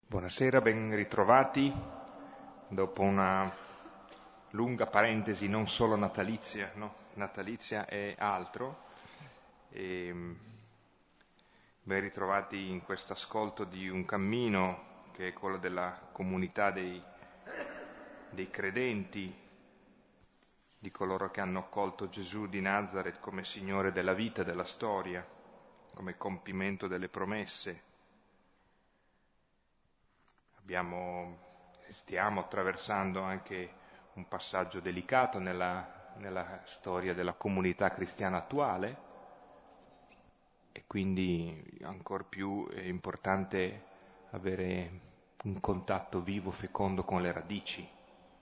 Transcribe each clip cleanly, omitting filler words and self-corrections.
Buonasera, ben ritrovati. Dopo una lunga parentesi non solo natalizia, no? Natalizia e altro, ben ritrovati in questo ascolto di un cammino che è quello della comunità dei credenti, di coloro che hanno accolto Gesù di Nazaret come Signore della vita, della storia, come compimento delle promesse. Stiamo attraversando anche un passaggio delicato nella storia della comunità cristiana attuale e quindi ancor più è importante avere un contatto vivo, fecondo con le radici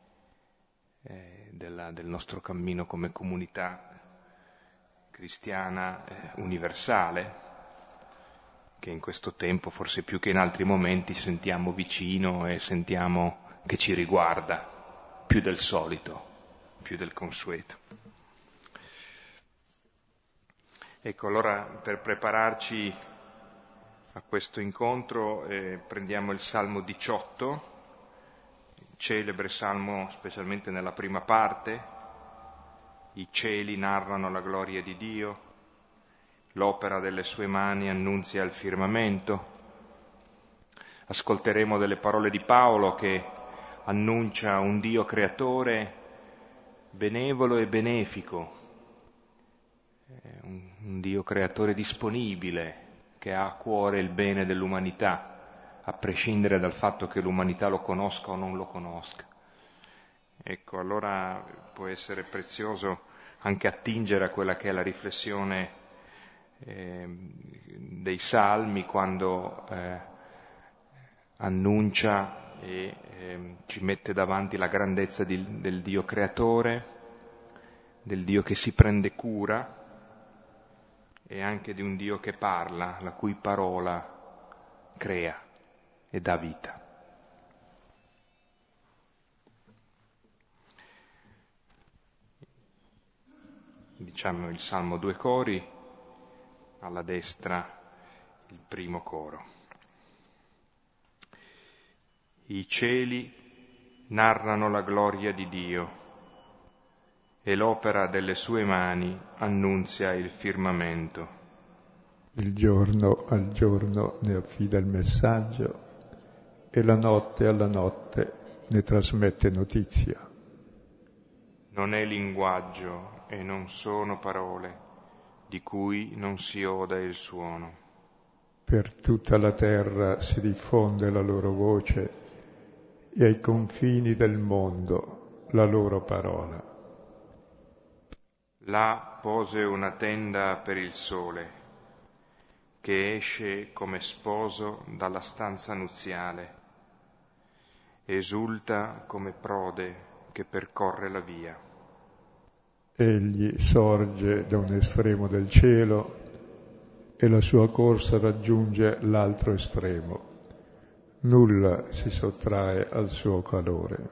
del nostro cammino come comunità cristiana universale, che in questo tempo, forse più che in altri momenti, sentiamo vicino e sentiamo che ci riguarda più del solito, più del consueto. Ecco, allora per prepararci a questo incontro prendiamo il Salmo 18, celebre salmo specialmente nella prima parte. I cieli narrano la gloria di Dio, l'opera delle sue mani annunzia il firmamento. Ascolteremo delle parole di Paolo che annuncia un Dio creatore benevolo e benefico, un Dio creatore disponibile che ha a cuore il bene dell'umanità, a prescindere dal fatto che l'umanità lo conosca o non lo conosca. Ecco, allora può essere prezioso anche attingere a quella che è la riflessione dei Salmi quando annuncia e ci mette davanti la grandezza del Dio creatore, del Dio che si prende cura e anche di un Dio che parla, la cui parola crea e dà vita. Diciamo il Salmo a due cori, alla destra il primo coro. I cieli narrano la gloria di Dio e l'opera delle sue mani annunzia il firmamento. Il giorno al giorno ne affida il messaggio e la notte alla notte ne trasmette notizia. Non è linguaggio e non sono parole di cui non si oda il suono. Per tutta la terra si diffonde la loro voce e ai confini del mondo la loro parola. Là pose una tenda per il sole, che esce come sposo dalla stanza nuziale, esulta come prode che percorre la via. Egli sorge da un estremo del cielo e la sua corsa raggiunge l'altro estremo. Nulla si sottrae al suo calore.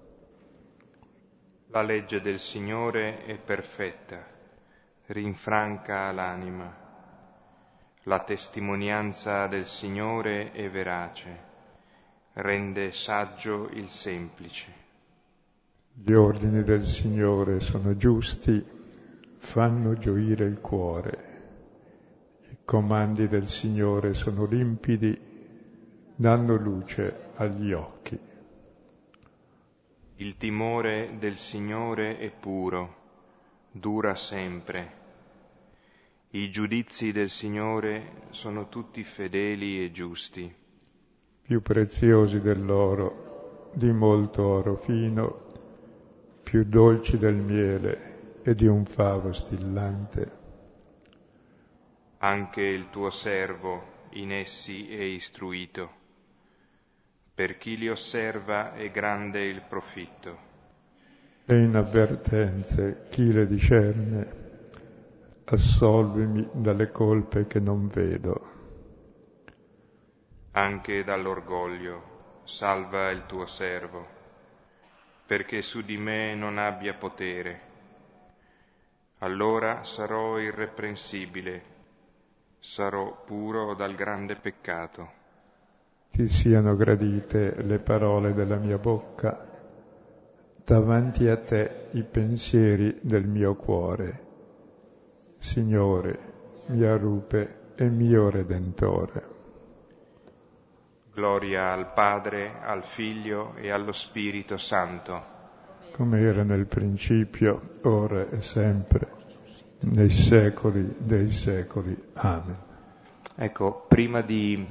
La legge del Signore è perfetta, rinfranca l'anima. La testimonianza del Signore è verace, rende saggio il semplice. Gli ordini del Signore sono giusti, fanno gioire il cuore. I comandi del Signore sono limpidi, danno luce agli occhi. Il timore del Signore è puro, dura sempre. I giudizi del Signore sono tutti fedeli e giusti. Più preziosi dell'oro, di molto oro fino, più dolci del miele e di un favo stillante. Anche il tuo servo in essi è istruito. Per chi li osserva è grande il profitto. E in avvertenze chi le discerne, assolvimi dalle colpe che non vedo. Anche dall'orgoglio salva il tuo servo, perché su di me non abbia potere. Allora sarò irreprensibile, sarò puro dal grande peccato. ti siano gradite le parole della mia bocca, davanti a te i pensieri del mio cuore. Signore, mia rupe e mio Redentore. Gloria al Padre, al Figlio e allo Spirito Santo. Come era nel principio, ora e sempre, nei secoli dei secoli. Amen. Ecco, prima di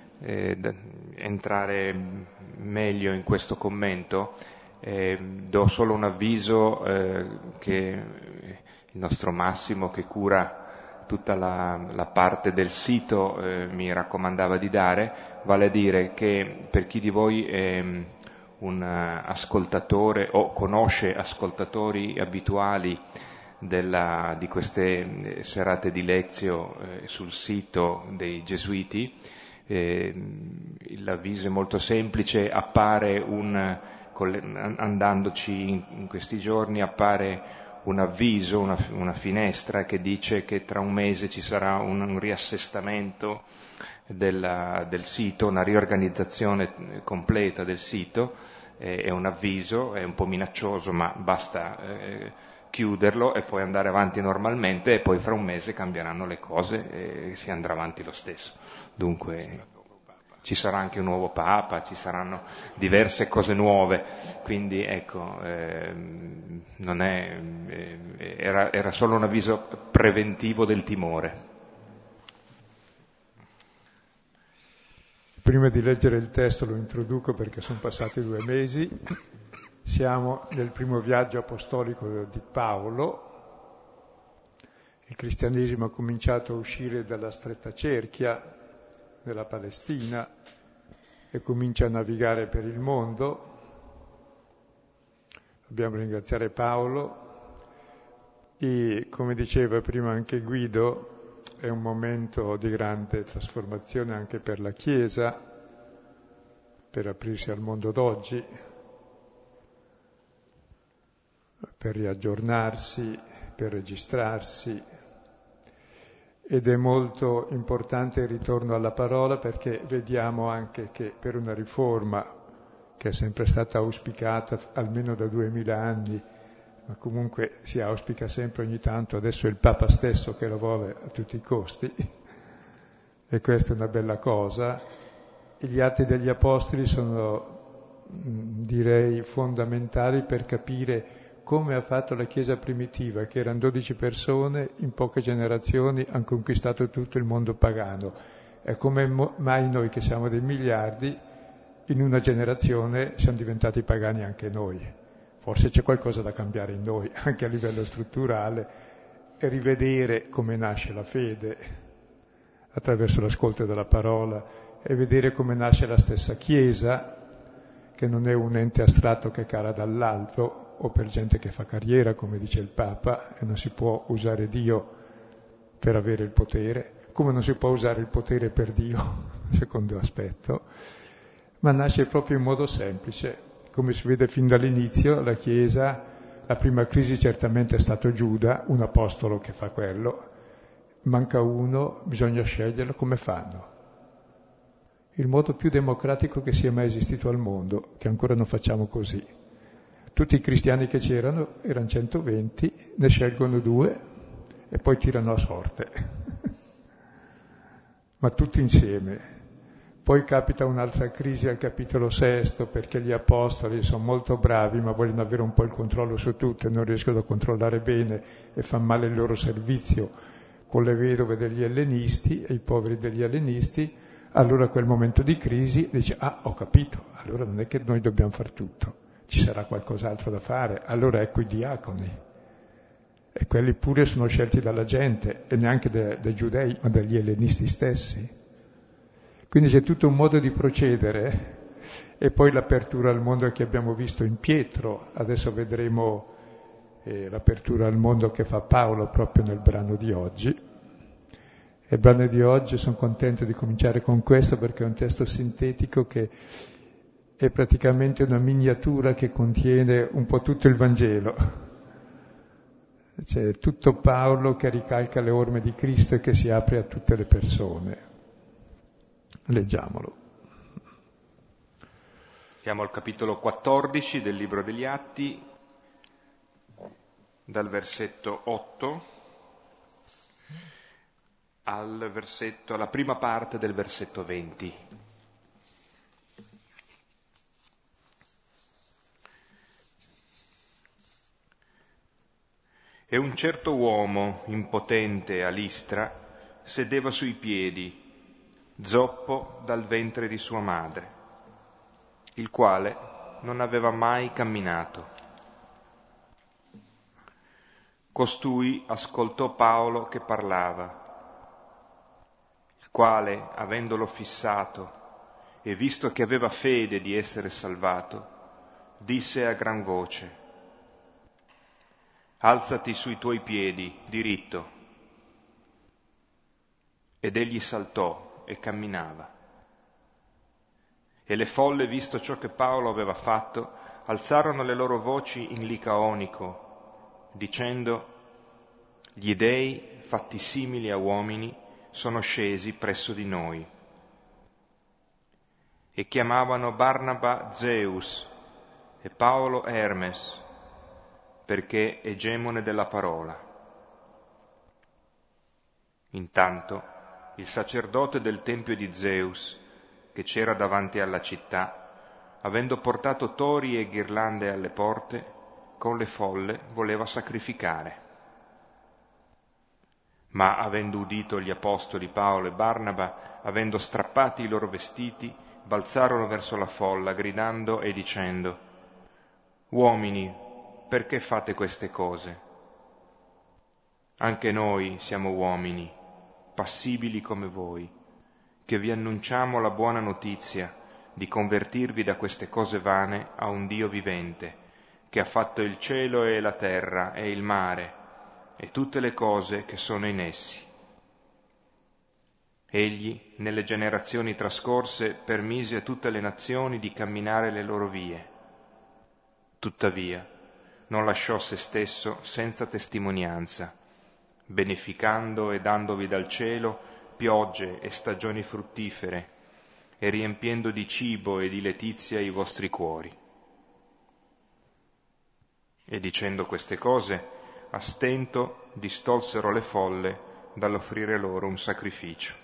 entrare meglio in questo commento, do solo un avviso che il nostro Massimo, che cura tutta la parte del sito, mi raccomandava di dare, vale a dire che per chi di voi è un ascoltatore o conosce ascoltatori abituali di queste serate di lezio sul sito dei Gesuiti, l'avviso è molto semplice, appare andandoci in questi giorni appare un avviso, una finestra che dice che tra un mese ci sarà un riassestamento del sito, una riorganizzazione completa del sito. È un avviso, è un po' minaccioso, ma basta chiuderlo e poi andare avanti normalmente, e poi fra un mese cambieranno le cose e si andrà avanti lo stesso. Dunque ci sarà anche un nuovo Papa, ci saranno diverse cose nuove, quindi ecco, non è, era solo un avviso preventivo del timore. Prima di leggere il testo lo introduco perché sono passati 2 mesi, siamo nel primo viaggio apostolico di Paolo, il cristianesimo ha cominciato a uscire dalla stretta cerchia della Palestina e comincia a navigare per il mondo. Dobbiamo ringraziare Paolo e, come diceva prima anche Guido, è un momento di grande trasformazione anche per la Chiesa, per aprirsi al mondo d'oggi, per riaggiornarsi, per registrarsi. Ed è molto importante il ritorno alla parola, perché vediamo anche che per una riforma che è sempre stata auspicata almeno da 2000 anni, ma comunque si auspica sempre ogni tanto, adesso è il Papa stesso che lo vuole a tutti i costi, e questa è una bella cosa. E gli Atti degli Apostoli sono, direi, fondamentali per capire come ha fatto la Chiesa primitiva, che erano 12 persone, in poche generazioni hanno conquistato tutto il mondo pagano. E come mai noi, che siamo dei miliardi, in una generazione siamo diventati pagani anche noi. Forse c'è qualcosa da cambiare in noi, anche a livello strutturale, e rivedere come nasce la fede attraverso l'ascolto della parola, e vedere come nasce la stessa Chiesa, che non è un ente astratto che cala dall'alto, o per gente che fa carriera, come dice il Papa, e non si può usare Dio per avere il potere, come non si può usare il potere per Dio, secondo aspetto, ma nasce proprio in modo semplice. Come si vede fin dall'inizio, la Chiesa, la prima crisi certamente è stato Giuda, un apostolo che fa quello, manca uno, bisogna sceglierlo, come fanno? Il modo più democratico che sia mai esistito al mondo, che ancora non facciamo così. Tutti i cristiani che c'erano, erano 120, ne scelgono 2 e poi tirano a sorte. Ma tutti insieme. Poi capita un'altra crisi al capitolo 6, perché gli apostoli sono molto bravi, ma vogliono avere un po' il controllo su tutto e non riescono a controllare bene e fanno male il loro servizio con le vedove degli ellenisti e i poveri degli ellenisti. Allora a quel momento di crisi dice: ho capito, allora non è che noi dobbiamo far tutto. Ci sarà qualcos'altro da fare, allora ecco i diaconi. E quelli pure sono scelti dalla gente, e neanche dai giudei, ma dagli ellenisti stessi. Quindi c'è tutto un modo di procedere, e poi l'apertura al mondo che abbiamo visto in Pietro. Adesso vedremo l'apertura al mondo che fa Paolo proprio nel brano di oggi. E il brano di oggi sono contento di cominciare con questo, perché è un testo sintetico che è praticamente una miniatura che contiene un po' tutto il Vangelo. C'è tutto Paolo che ricalca le orme di Cristo e che si apre a tutte le persone. Leggiamolo. Siamo al capitolo 14 del Libro degli Atti, dal versetto 8 alla prima parte del versetto 20. E un certo uomo impotente a Listra sedeva sui piedi, zoppo dal ventre di sua madre, il quale non aveva mai camminato. Costui ascoltò Paolo che parlava, il quale, avendolo fissato e visto che aveva fede di essere salvato, disse a gran voce: «Alzati sui tuoi piedi, diritto». Ed egli saltò e camminava. E le folle, visto ciò che Paolo aveva fatto, alzarono le loro voci in licaonico, dicendo: «Gli dei, fatti simili a uomini, sono scesi presso di noi». E chiamavano Barnaba Zeus e Paolo Hermes, perché egemone della parola. Intanto il sacerdote del tempio di Zeus, che c'era davanti alla città, avendo portato tori e ghirlande alle porte, con le folle voleva sacrificare. Ma avendo udito gli apostoli Paolo e Barnaba, avendo strappati i loro vestiti, balzarono verso la folla, gridando e dicendo: «Uomini, perché fate queste cose? Anche noi siamo uomini, passibili come voi, che vi annunciamo la buona notizia di convertirvi da queste cose vane a un Dio vivente, che ha fatto il cielo e la terra e il mare e tutte le cose che sono in essi. Egli, nelle generazioni trascorse, permise a tutte le nazioni di camminare le loro vie. Tuttavia, non lasciò se stesso senza testimonianza, beneficando e dandovi dal cielo piogge e stagioni fruttifere, e riempiendo di cibo e di letizia i vostri cuori». E dicendo queste cose, a stento distolsero le folle dall'offrire loro un sacrificio.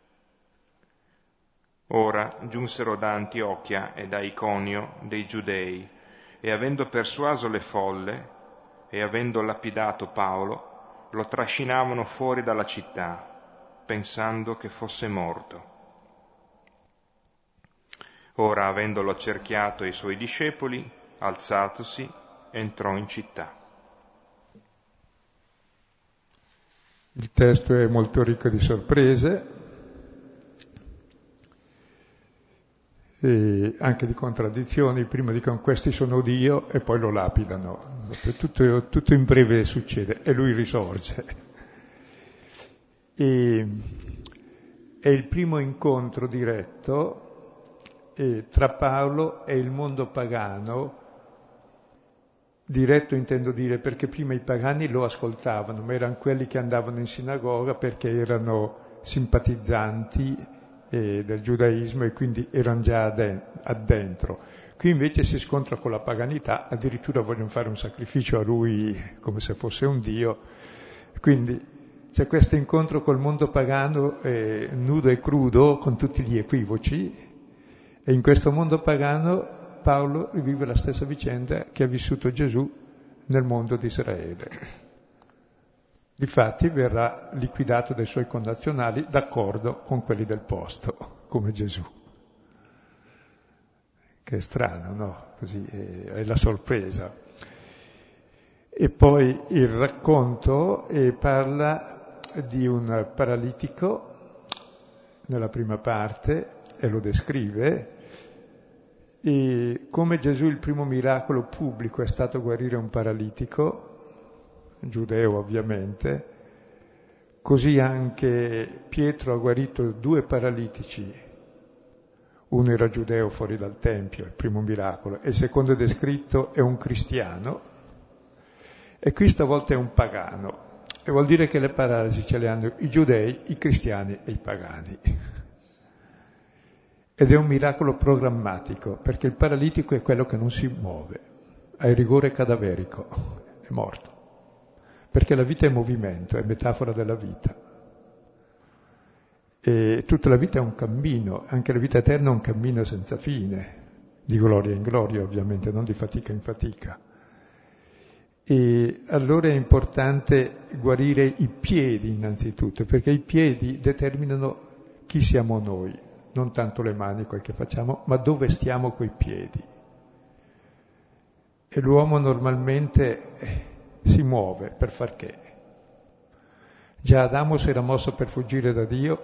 Ora giunsero da Antiochia e da Iconio dei Giudei, e avendo persuaso le folle e avendo lapidato Paolo, lo trascinavano fuori dalla città, pensando che fosse morto. Ora, avendolo accerchiato i suoi discepoli, alzatosi, entrò in città. Il testo è molto ricco di sorprese e anche di contraddizioni. Prima dicono questi sono Dio e poi lo lapidano. Tutto in breve succede e lui risorge. E è il primo incontro diretto tra Paolo e il mondo pagano. Diretto intendo dire perché prima i pagani lo ascoltavano, ma erano quelli che andavano in sinagoga perché erano simpatizzanti del giudaismo e quindi erano già addentro. Qui invece si scontra con la paganità, addirittura vogliono fare un sacrificio a lui come se fosse un dio. Quindi c'è questo incontro col mondo pagano nudo e crudo, con tutti gli equivoci, e in questo mondo pagano Paolo vive la stessa vicenda che ha vissuto Gesù nel mondo di Israele. Difatti verrà liquidato dai suoi connazionali d'accordo con quelli del posto, come Gesù. Che è strano, no? Così è la sorpresa. E poi il racconto parla di un paralitico nella prima parte e lo descrive, e come Gesù il primo miracolo pubblico è stato guarire un paralitico, giudeo ovviamente, così anche Pietro ha guarito 2 paralitici, uno era giudeo fuori dal Tempio, il primo miracolo, e il secondo descritto è un cristiano, e qui stavolta è un pagano. E vuol dire che le paralisi ce le hanno i giudei, i cristiani e i pagani. Ed è un miracolo programmatico, perché il paralitico è quello che non si muove, ha il rigore cadaverico, è morto. Perché la vita è movimento, è metafora della vita. E tutta la vita è un cammino, anche la vita eterna è un cammino senza fine, di gloria in gloria ovviamente, non di fatica in fatica. E allora è importante guarire i piedi innanzitutto, perché i piedi determinano chi siamo noi, non tanto le mani, quel che facciamo, ma dove stiamo coi piedi. E l'uomo normalmente si muove per far che? Già Adamo si era mosso per fuggire da Dio,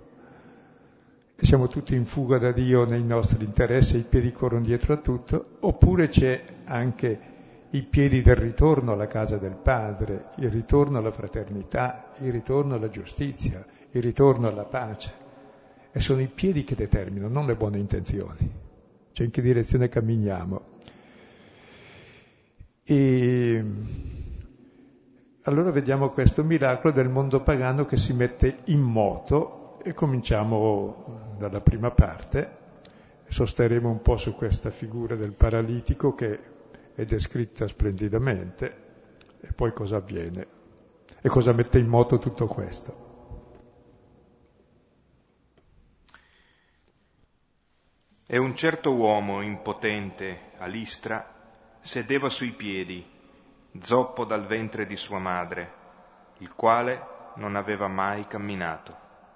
e siamo tutti in fuga da Dio nei nostri interessi, i piedi corrono dietro a tutto, oppure c'è anche i piedi del ritorno alla casa del Padre, il ritorno alla fraternità, il ritorno alla giustizia, il ritorno alla pace. E sono i piedi che determinano, non le buone intenzioni. Cioè in che direzione camminiamo. E allora vediamo questo miracolo del mondo pagano che si mette in moto e cominciamo dalla prima parte. Sosterremo un po' su questa figura del paralitico che è descritta splendidamente e poi cosa avviene e cosa mette in moto tutto questo. E un certo uomo impotente a Listra sedeva sui piedi, zoppo dal ventre di sua madre, il quale non aveva mai camminato.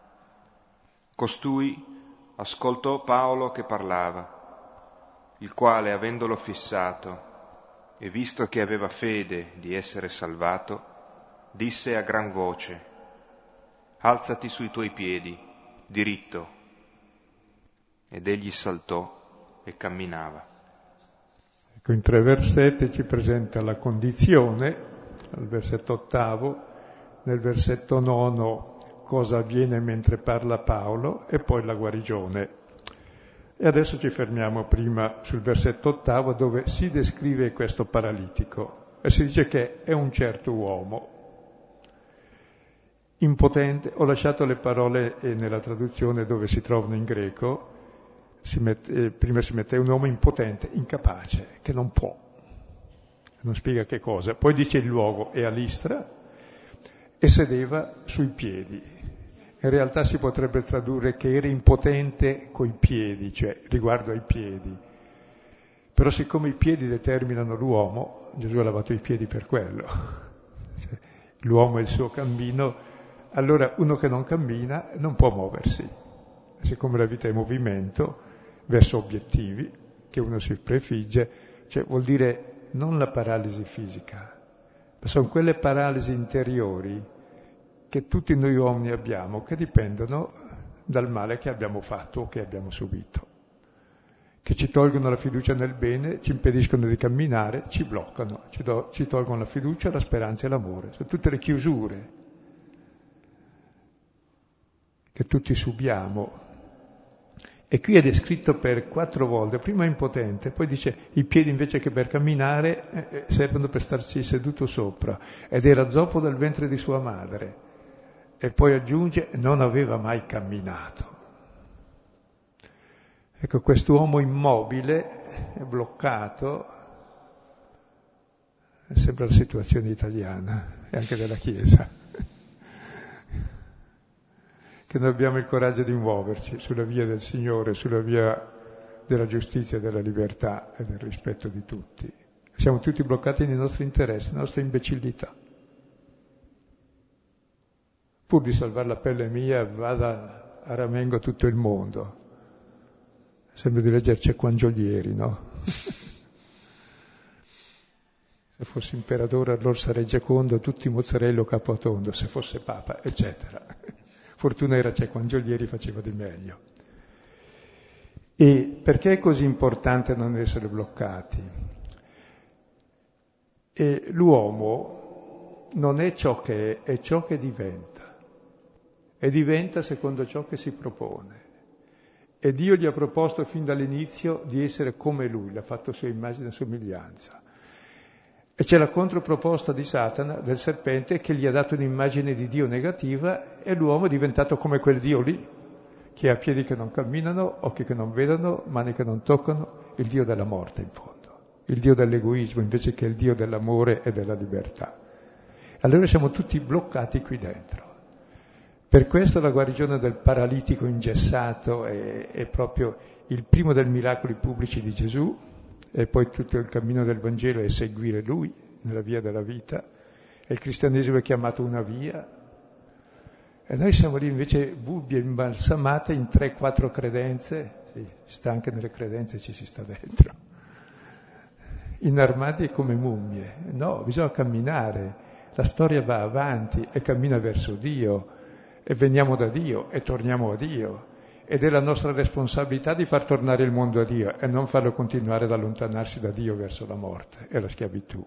Costui ascoltò Paolo che parlava, il quale, avendolo fissato e visto che aveva fede di essere salvato, disse a gran voce: «Alzati sui tuoi piedi, diritto». Ed egli saltò e camminava. Ecco, in 3 versetti ci presenta la condizione, al versetto 8, nel versetto 9 cosa avviene mentre parla Paolo e poi la guarigione. E adesso ci fermiamo prima sul versetto 8 dove si descrive questo paralitico e si dice che è un certo uomo impotente. Ho lasciato le parole nella traduzione dove si trovano in greco. Prima si mette un uomo impotente, incapace, che non può, non spiega che cosa. Poi dice il luogo è a Listra e sedeva sui piedi. In realtà si potrebbe tradurre che era impotente coi piedi, cioè riguardo ai piedi. Però siccome i piedi determinano l'uomo, Gesù ha lavato i piedi per quello. Cioè, l'uomo è il suo cammino, allora uno che non cammina non può muoversi. Siccome la vita è movimento verso obiettivi che uno si prefigge, cioè vuol dire non la paralisi fisica, ma sono quelle paralisi interiori che tutti noi uomini abbiamo, che dipendono dal male che abbiamo fatto o che abbiamo subito, che ci tolgono la fiducia nel bene, ci impediscono di camminare, ci bloccano, ci tolgono la fiducia, la speranza e l'amore. Sono tutte le chiusure che tutti subiamo. E qui è descritto per 4 volte, prima è impotente, poi dice i piedi invece che per camminare servono per starci seduto sopra, ed era zoppo dal ventre di sua madre, e poi aggiunge non aveva mai camminato. Ecco, quest'uomo immobile, bloccato, sembra la situazione italiana e anche della Chiesa, che noi abbiamo il coraggio di muoverci sulla via del Signore, sulla via della giustizia, della libertà e del rispetto di tutti. Siamo tutti bloccati nei nostri interessi, nella nostra imbecillità. Pur di salvare la pelle mia, vada a ramengo tutto il mondo. Sembra di leggere Cequangiolieri, no? Se fossi imperatore allora sarei Giocondo, tutti mozzarello capotondo, se fosse papa, eccetera. Fortuna era Cequangiolieri, faceva di meglio. E perché è così importante non essere bloccati? E l'uomo non è ciò che è ciò che diventa. E diventa secondo ciò che si propone. E Dio gli ha proposto fin dall'inizio di essere come Lui, l'ha fatto a sua immagine e somiglianza. E c'è la controproposta di Satana, del serpente, che gli ha dato un'immagine di Dio negativa e l'uomo è diventato come quel Dio lì, che ha piedi che non camminano, occhi che non vedono, mani che non toccano, il Dio della morte in fondo, il Dio dell'egoismo invece che il Dio dell'amore e della libertà. Allora siamo tutti bloccati qui dentro. Per questo la guarigione del paralitico ingessato è proprio il primo dei miracoli pubblici di Gesù, e poi tutto il cammino del Vangelo è seguire Lui nella via della vita, e il cristianesimo è chiamato una via, e noi siamo lì invece bubbie imbalsamate in 3-4 credenze, sì, sta anche nelle credenze, ci si sta dentro, inarmati come mummie. No, bisogna camminare, la storia va avanti e cammina verso Dio, e veniamo da Dio e torniamo a Dio, ed è la nostra responsabilità di far tornare il mondo a Dio e non farlo continuare ad allontanarsi da Dio verso la morte e la schiavitù.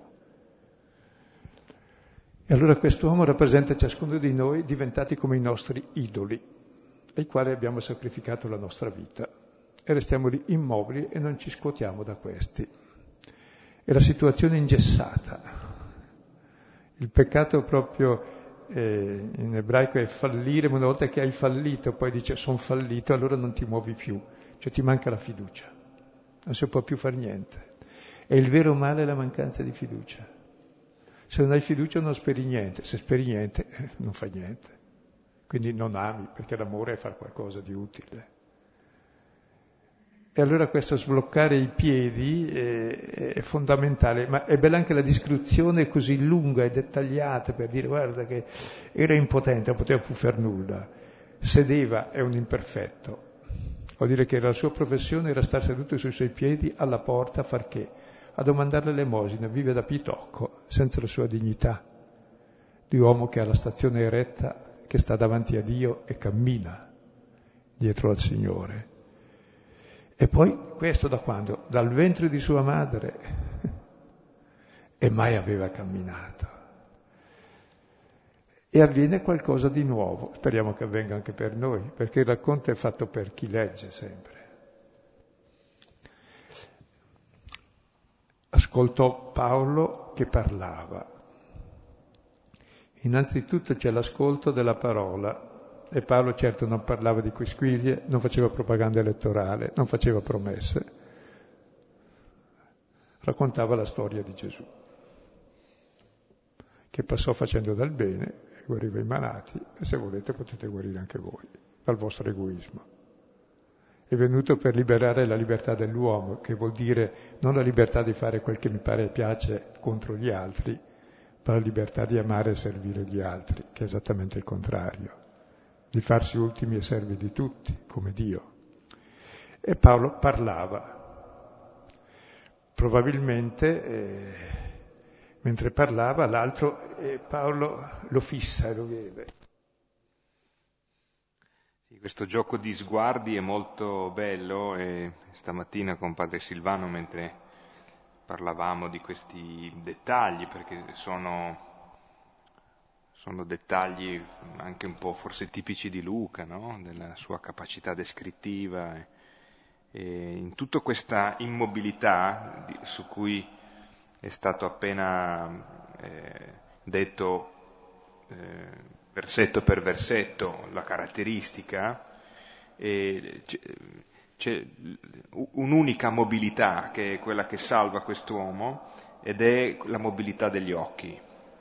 E allora quest'uomo rappresenta ciascuno di noi diventati come i nostri idoli, ai quali abbiamo sacrificato la nostra vita, e restiamo lì immobili e non ci scuotiamo da questi. È la situazione ingessata. Il peccato proprio in ebraico è fallire, ma una volta che hai fallito, poi dice sono fallito, allora non ti muovi più, cioè ti manca la fiducia, non si può più fare niente. E il vero male è la mancanza di fiducia. Se non hai fiducia non speri niente, se speri niente non fai niente. Quindi non ami, perché l'amore è fare qualcosa di utile. E allora questo sbloccare i piedi è fondamentale, ma è bella anche la descrizione così lunga e dettagliata per dire guarda che era impotente, non poteva più fare nulla, sedeva, è un imperfetto. Vuol dire che la sua professione era stare seduto sui suoi piedi alla porta a far che? A domandare l'elemosina, vive da pitocco, senza la sua dignità, di uomo che ha la stazione eretta, che sta davanti a Dio e cammina dietro al Signore. E poi questo da quando? Dal ventre di sua madre, e mai aveva camminato. E avviene qualcosa di nuovo, speriamo che avvenga anche per noi, perché il racconto è fatto per chi legge sempre. Ascoltò Paolo che parlava. Innanzitutto c'è l'ascolto della parola, e Paolo certo non parlava di quisquiglie, non faceva propaganda elettorale, non faceva promesse, raccontava la storia di Gesù, che passò facendo del bene, guariva i malati, e se volete potete guarire anche voi, dal vostro egoismo. È venuto per liberare la libertà dell'uomo, che vuol dire non la libertà di fare quel che mi pare e piace contro gli altri, ma la libertà di amare e servire gli altri, che è esattamente il contrario, di farsi ultimi e servi di tutti, come Dio. E Paolo parlava. Probabilmente, mentre parlava, l'altro, Paolo lo fissa e lo vede. Questo gioco di sguardi è molto bello, e stamattina con padre Silvano, mentre parlavamo di questi dettagli, perché sono dettagli anche un po' forse tipici di Luca, no? Della sua capacità descrittiva, e in tutta questa immobilità su cui è stato appena detto versetto per versetto la caratteristica, c'è un'unica mobilità che è quella che salva quest'uomo, ed è la mobilità degli occhi.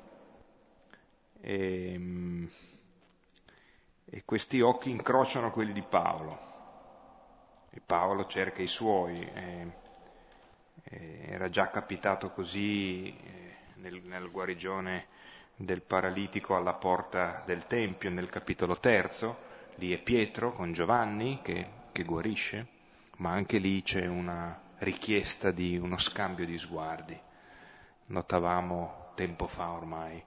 E questi occhi incrociano quelli di Paolo, e Paolo cerca i suoi. Era già capitato così nel guarigione del paralitico alla porta del Tempio, nel capitolo 3, lì è Pietro con Giovanni che guarisce, ma anche lì c'è una richiesta di uno scambio di sguardi. Notavamo tempo fa ormai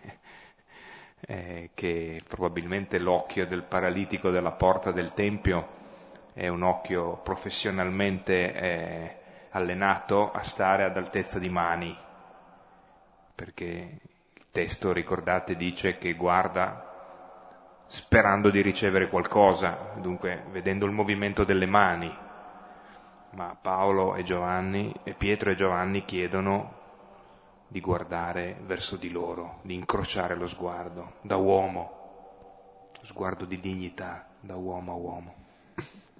che probabilmente l'occhio del paralitico della porta del Tempio è un occhio professionalmente allenato a stare ad altezza di mani, perché il testo, ricordate, dice che guarda sperando di ricevere qualcosa, dunque vedendo il movimento delle mani. Ma Paolo e Giovanni, e Pietro e Giovanni chiedono di guardare verso di loro, di incrociare lo sguardo da uomo, lo sguardo di dignità da uomo a uomo.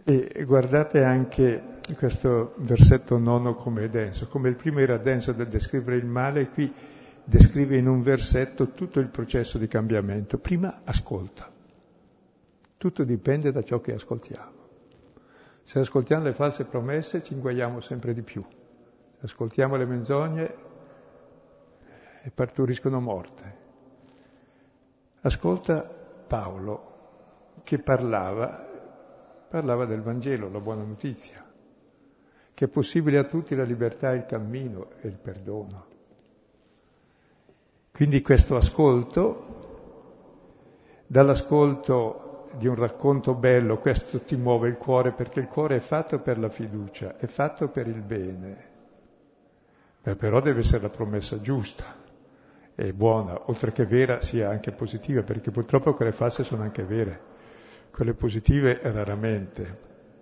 E guardate anche questo versetto 9 come è denso. Come il primo era denso nel descrivere il male, qui descrive in un versetto tutto il processo di cambiamento. Prima ascolta. Tutto dipende da ciò che ascoltiamo. Se ascoltiamo le false promesse ci inguaiamo sempre di più. Se ascoltiamo le menzogne partoriscono morte. Ascolta Paolo che parlava del Vangelo, la buona notizia, che è possibile a tutti la libertà, il cammino e il perdono. Quindi questo ascolto, dall'ascolto di un racconto bello, questo ti muove il cuore, perché il cuore è fatto per la fiducia, è fatto per il bene. Però deve essere la promessa giusta, è buona, oltre che vera sia anche positiva, perché purtroppo quelle false sono anche vere, quelle positive raramente.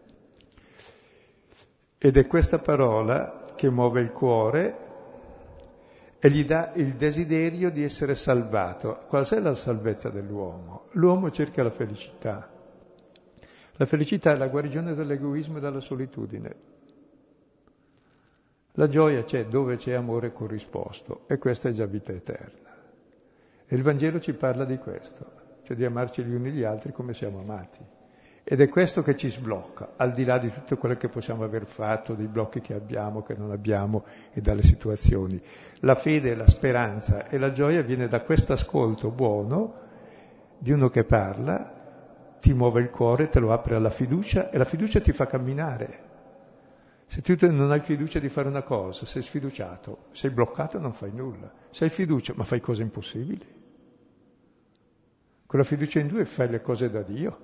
Ed è questa parola che muove il cuore e gli dà il desiderio di essere salvato. Qual è la salvezza dell'uomo? L'uomo cerca la felicità. La felicità è la guarigione dall'egoismo e dalla solitudine. La gioia c'è dove c'è amore corrisposto e questa è già vita eterna. E il Vangelo ci parla di questo, cioè di amarci gli uni gli altri come siamo amati. Ed è questo che ci sblocca, al di là di tutto quello che possiamo aver fatto, dei blocchi che abbiamo, che non abbiamo e dalle situazioni. La fede, la speranza e la gioia viene da questo ascolto buono di uno che parla, ti muove il cuore, te lo apre alla fiducia e la fiducia ti fa camminare. Se tu non hai fiducia di fare una cosa, sei sfiduciato, sei bloccato, non fai nulla. Se hai fiducia, ma fai cose impossibili. Con la fiducia in Dio fai le cose da Dio.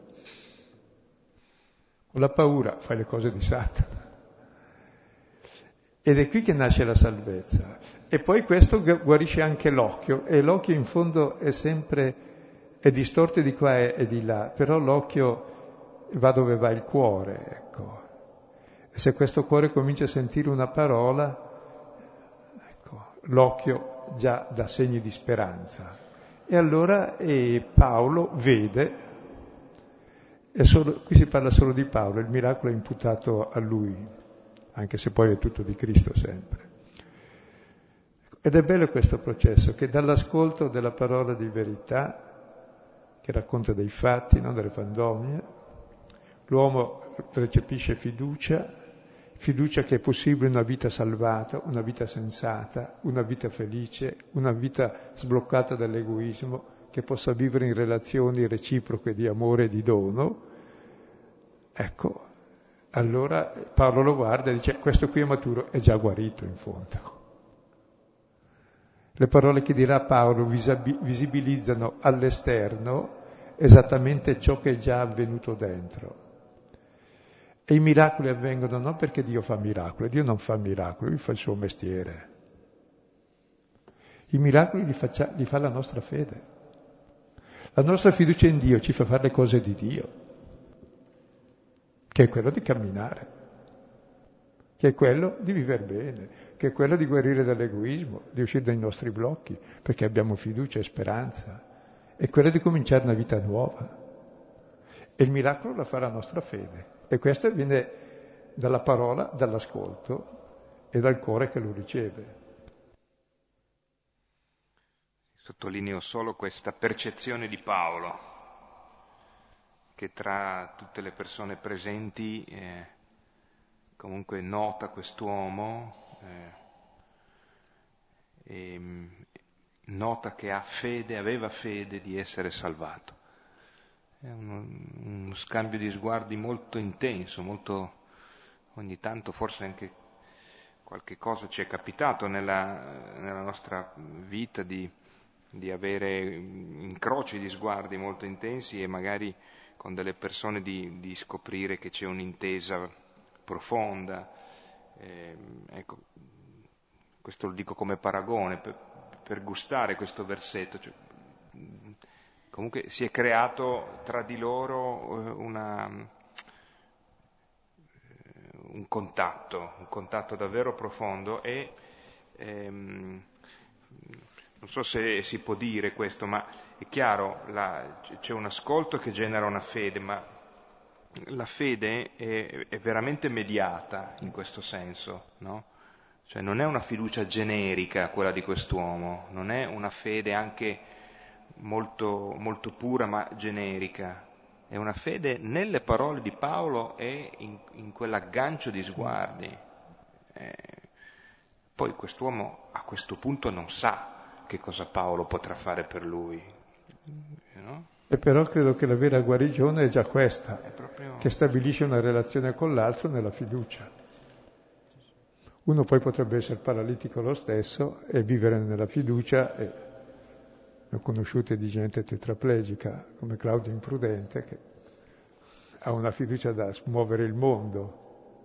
Con la paura fai le cose di Satana. Ed è qui che nasce la salvezza. E poi questo guarisce anche l'occhio, e l'occhio in fondo è distorto di qua e di là, però l'occhio va dove va il cuore, ecco. E se questo cuore comincia a sentire una parola, ecco, l'occhio già dà segni di speranza. E allora Paolo vede. Qui si parla solo di Paolo, il miracolo è imputato a lui, anche se poi è tutto di Cristo sempre. Ed è bello questo processo, che dall'ascolto della parola di verità, che racconta dei fatti, non delle fandonie, l'uomo recepisce fiducia che è possibile una vita salvata, una vita sensata, una vita felice, una vita sbloccata dall'egoismo, che possa vivere in relazioni reciproche di amore e di dono. Ecco, allora Paolo lo guarda e dice: questo qui è maturo, è già guarito in fondo. Le parole che dirà Paolo visibilizzano all'esterno esattamente ciò che è già avvenuto dentro. E i miracoli avvengono non perché Dio fa miracoli, Dio non fa miracoli, Lui fa il suo mestiere. I miracoli li fa la nostra fede. La nostra fiducia in Dio ci fa fare le cose di Dio, che è quello di camminare, che è quello di vivere bene, che è quello di guarire dall'egoismo, di uscire dai nostri blocchi, perché abbiamo fiducia e speranza, è quello di cominciare una vita nuova. E il miracolo la fa la nostra fede, e questo viene dalla parola, dall'ascolto e dal cuore che lo riceve. Sottolineo solo questa percezione di Paolo, che tra tutte le persone presenti comunque nota quest'uomo e nota che aveva fede di essere salvato. È uno scambio di sguardi molto intenso, ogni tanto forse anche qualche cosa ci è capitato nella nostra vita di avere incroci di sguardi molto intensi e magari con delle persone di scoprire che c'è un'intesa profonda. Ecco, questo lo dico come paragone, per gustare questo versetto. Cioè, comunque si è creato tra di loro un contatto davvero profondo e non so se si può dire questo, ma è chiaro, c'è un ascolto che genera una fede, ma la fede è veramente mediata in questo senso, no? Cioè non è una fiducia generica quella di quest'uomo, non è una fede anche molto, molto pura ma generica, è una fede nelle parole di Paolo e in quell'aggancio di sguardi. Poi quest'uomo a questo punto non sa che cosa Paolo potrà fare per lui, no? E però credo che la vera guarigione è già questa, È proprio... che stabilisce una relazione con l'altro nella fiducia. Uno poi potrebbe essere paralitico lo stesso e vivere nella fiducia, e ne ho conosciute di gente tetraplegica, come Claudio Imprudente, che ha una fiducia da smuovere il mondo.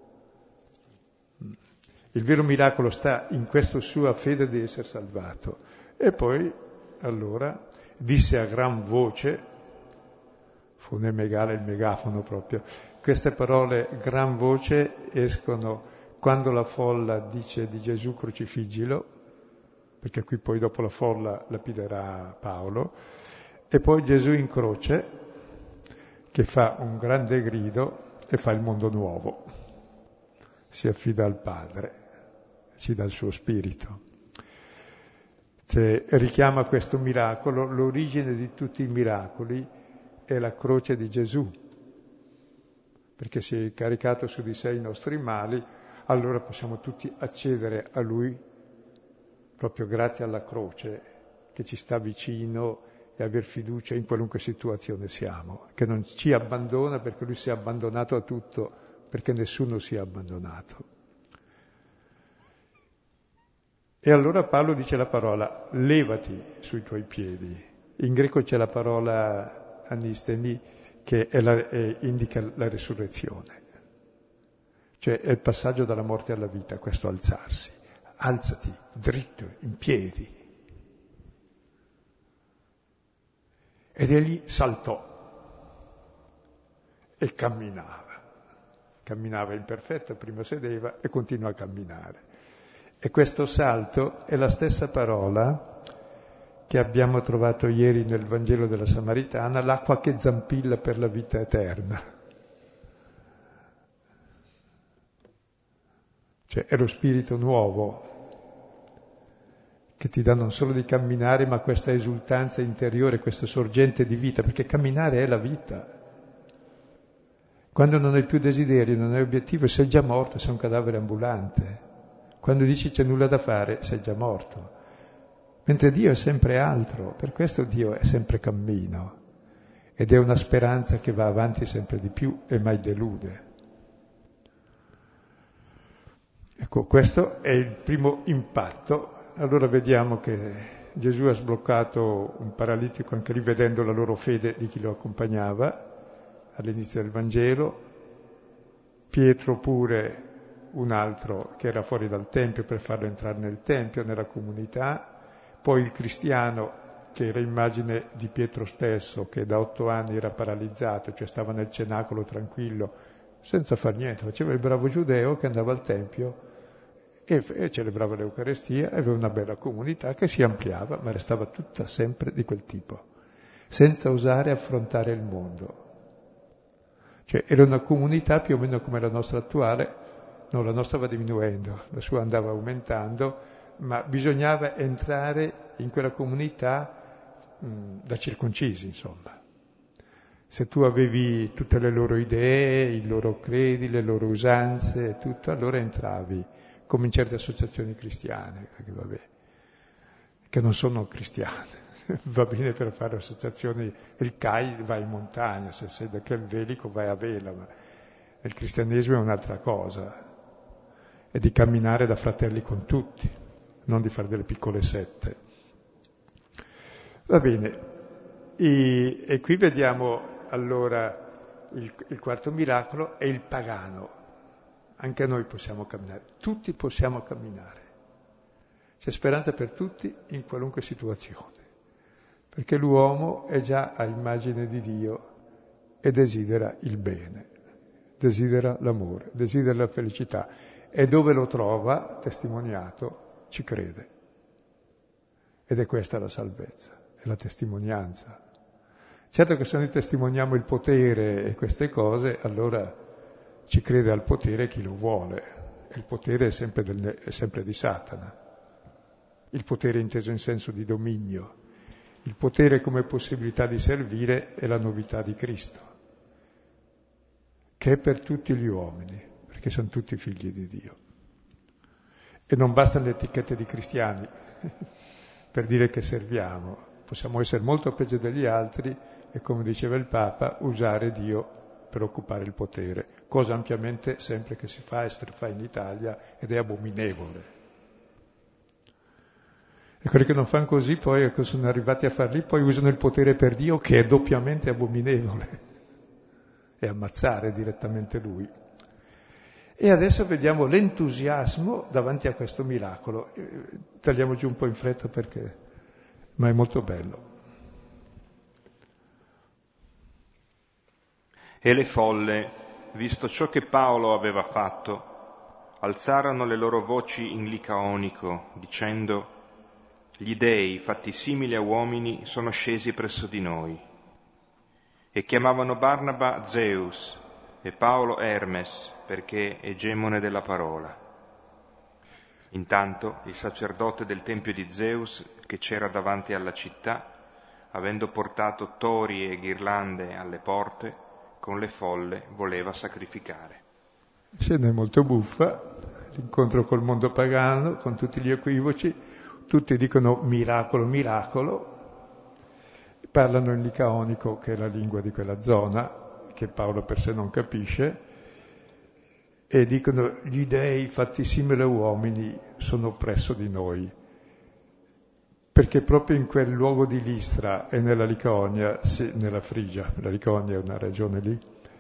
Il vero miracolo sta in questa sua fede di essere salvato. E poi, allora, disse a gran voce, fune megale il megafono proprio, queste parole gran voce escono quando la folla dice di Gesù crocifiggilo, perché qui poi dopo la folla lapiderà Paolo, e poi Gesù in croce, che fa un grande grido e fa il mondo nuovo, si affida al Padre, ci dà il suo spirito. Cioè, richiama questo miracolo, l'origine di tutti i miracoli è la croce di Gesù, perché si è caricato su di sé i nostri mali, allora possiamo tutti accedere a Lui proprio grazie alla croce che ci sta vicino e aver fiducia in qualunque situazione siamo, che non ci abbandona perché Lui si è abbandonato a tutto, perché nessuno si è abbandonato. E allora Paolo dice la parola levati sui tuoi piedi. In greco c'è la parola anistemi che indica la risurrezione. Cioè è il passaggio dalla morte alla vita, questo alzarsi. Alzati, dritto, in piedi. Ed egli saltò e camminava. Camminava imperfetto, prima sedeva e continua a camminare. E questo salto è la stessa parola che abbiamo trovato ieri nel Vangelo della Samaritana, l'acqua che zampilla per la vita eterna. Cioè è lo spirito nuovo che ti dà non solo di camminare, ma questa esultanza interiore, questa sorgente di vita, perché camminare è la vita. Quando non hai più desiderio, non hai obiettivo, sei già morto, sei un cadavere ambulante. Quando dici c'è nulla da fare, sei già morto. Mentre Dio è sempre altro, per questo Dio è sempre cammino. Ed è una speranza che va avanti sempre di più e mai delude. Ecco, questo è il primo impatto. Allora vediamo che Gesù ha sbloccato un paralitico, anche lì vedendo la loro fede di chi lo accompagnava all'inizio del Vangelo. Pietro pure, un altro che era fuori dal Tempio per farlo entrare nel Tempio, nella comunità. Poi il cristiano, che era immagine di Pietro stesso, che da 8 anni era paralizzato, cioè stava nel cenacolo tranquillo, senza far niente, faceva il bravo giudeo che andava al Tempio e celebrava l'Eucarestia, aveva una bella comunità che si ampliava, ma restava tutta sempre di quel tipo, senza osare affrontare il mondo. Cioè era una comunità più o meno come la nostra attuale, no, la nostra va diminuendo, la sua andava aumentando, ma bisognava entrare in quella comunità da circoncisi, insomma. Se tu avevi tutte le loro idee, i loro credi, le loro usanze e tutto, allora entravi, come in certe associazioni cristiane, perché vabbè, che non sono cristiane. Va bene per fare associazioni, il CAI vai in montagna, se sei da quel velico vai a vela, ma il cristianesimo è un'altra cosa, è di camminare da fratelli con tutti, non di fare delle piccole sette. Va bene, e qui vediamo allora il quarto miracolo è il pagano. Anche noi possiamo camminare, tutti possiamo camminare. C'è speranza per tutti in qualunque situazione, perché l'uomo è già a immagine di Dio e desidera il bene, desidera l'amore, desidera la felicità e dove lo trova, testimoniato, ci crede. Ed è questa la salvezza, è la testimonianza. Certo che se noi testimoniamo il potere e queste cose, allora ci crede al potere chi lo vuole. E il potere è sempre di Satana. Il potere inteso in senso di dominio. Il potere come possibilità di servire è la novità di Cristo, che è per tutti gli uomini, perché sono tutti figli di Dio. E non bastano le etichette di cristiani per dire che serviamo. Possiamo essere molto peggio degli altri e, come diceva il Papa, usare Dio per occupare il potere, cosa ampiamente sempre che si fa e si fa in Italia ed è abominevole. E quelli che non fanno così poi, ecco, sono arrivati a far lì, poi usano il potere per Dio, che è doppiamente abominevole, e ammazzare direttamente Lui. E adesso vediamo l'entusiasmo davanti a questo miracolo. Tagliamo giù un po' in fretta ma è molto bello. E le folle, visto ciò che Paolo aveva fatto, alzarono le loro voci in licaonico, dicendo: gli dei, fatti simili a uomini, sono scesi presso di noi. E chiamavano Barnaba Zeus e Paolo Hermes, perché egemone della parola. Intanto il sacerdote del tempio di Zeus, che c'era davanti alla città, avendo portato tori e ghirlande alle porte, con le folle voleva sacrificare. Scena è molto buffa, l'incontro col mondo pagano, con tutti gli equivoci, tutti dicono miracolo, miracolo, parlano in licaonico, che è la lingua di quella zona, che Paolo per sé non capisce, e dicono gli dei fatti simili a uomini sono presso di noi. Perché proprio in quel luogo di Listra e nella Licaonia, nella Frigia, la Licaonia è una regione lì,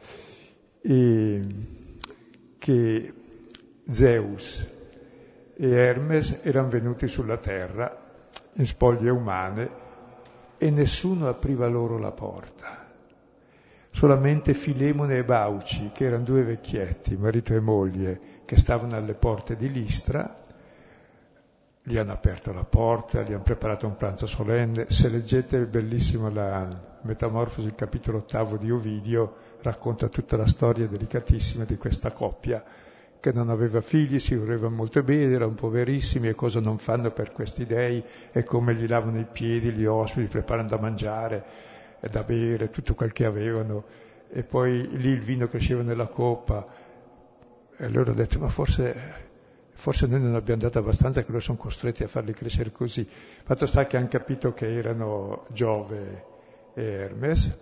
che Zeus e Hermes erano venuti sulla terra in spoglie umane e nessuno apriva loro la porta. Solamente Filemone e Bauci, che erano due vecchietti, marito e moglie, che stavano alle porte di Listra, gli hanno aperto la porta, gli hanno preparato un pranzo solenne. Se leggete, è bellissimo la Metamorfosi, il capitolo 8 di Ovidio, racconta tutta la storia delicatissima di questa coppia che non aveva figli, si volevano molto bene, erano poverissimi e cosa non fanno per questi dei, e come gli lavano i piedi, gli ospiti, preparano da mangiare e da bere, tutto quel che avevano, e poi lì il vino cresceva nella coppa, e loro hanno detto: ma forse noi non abbiamo dato abbastanza, che loro sono costretti a farli crescere così. Fatto sta che hanno capito che erano Giove e Hermes,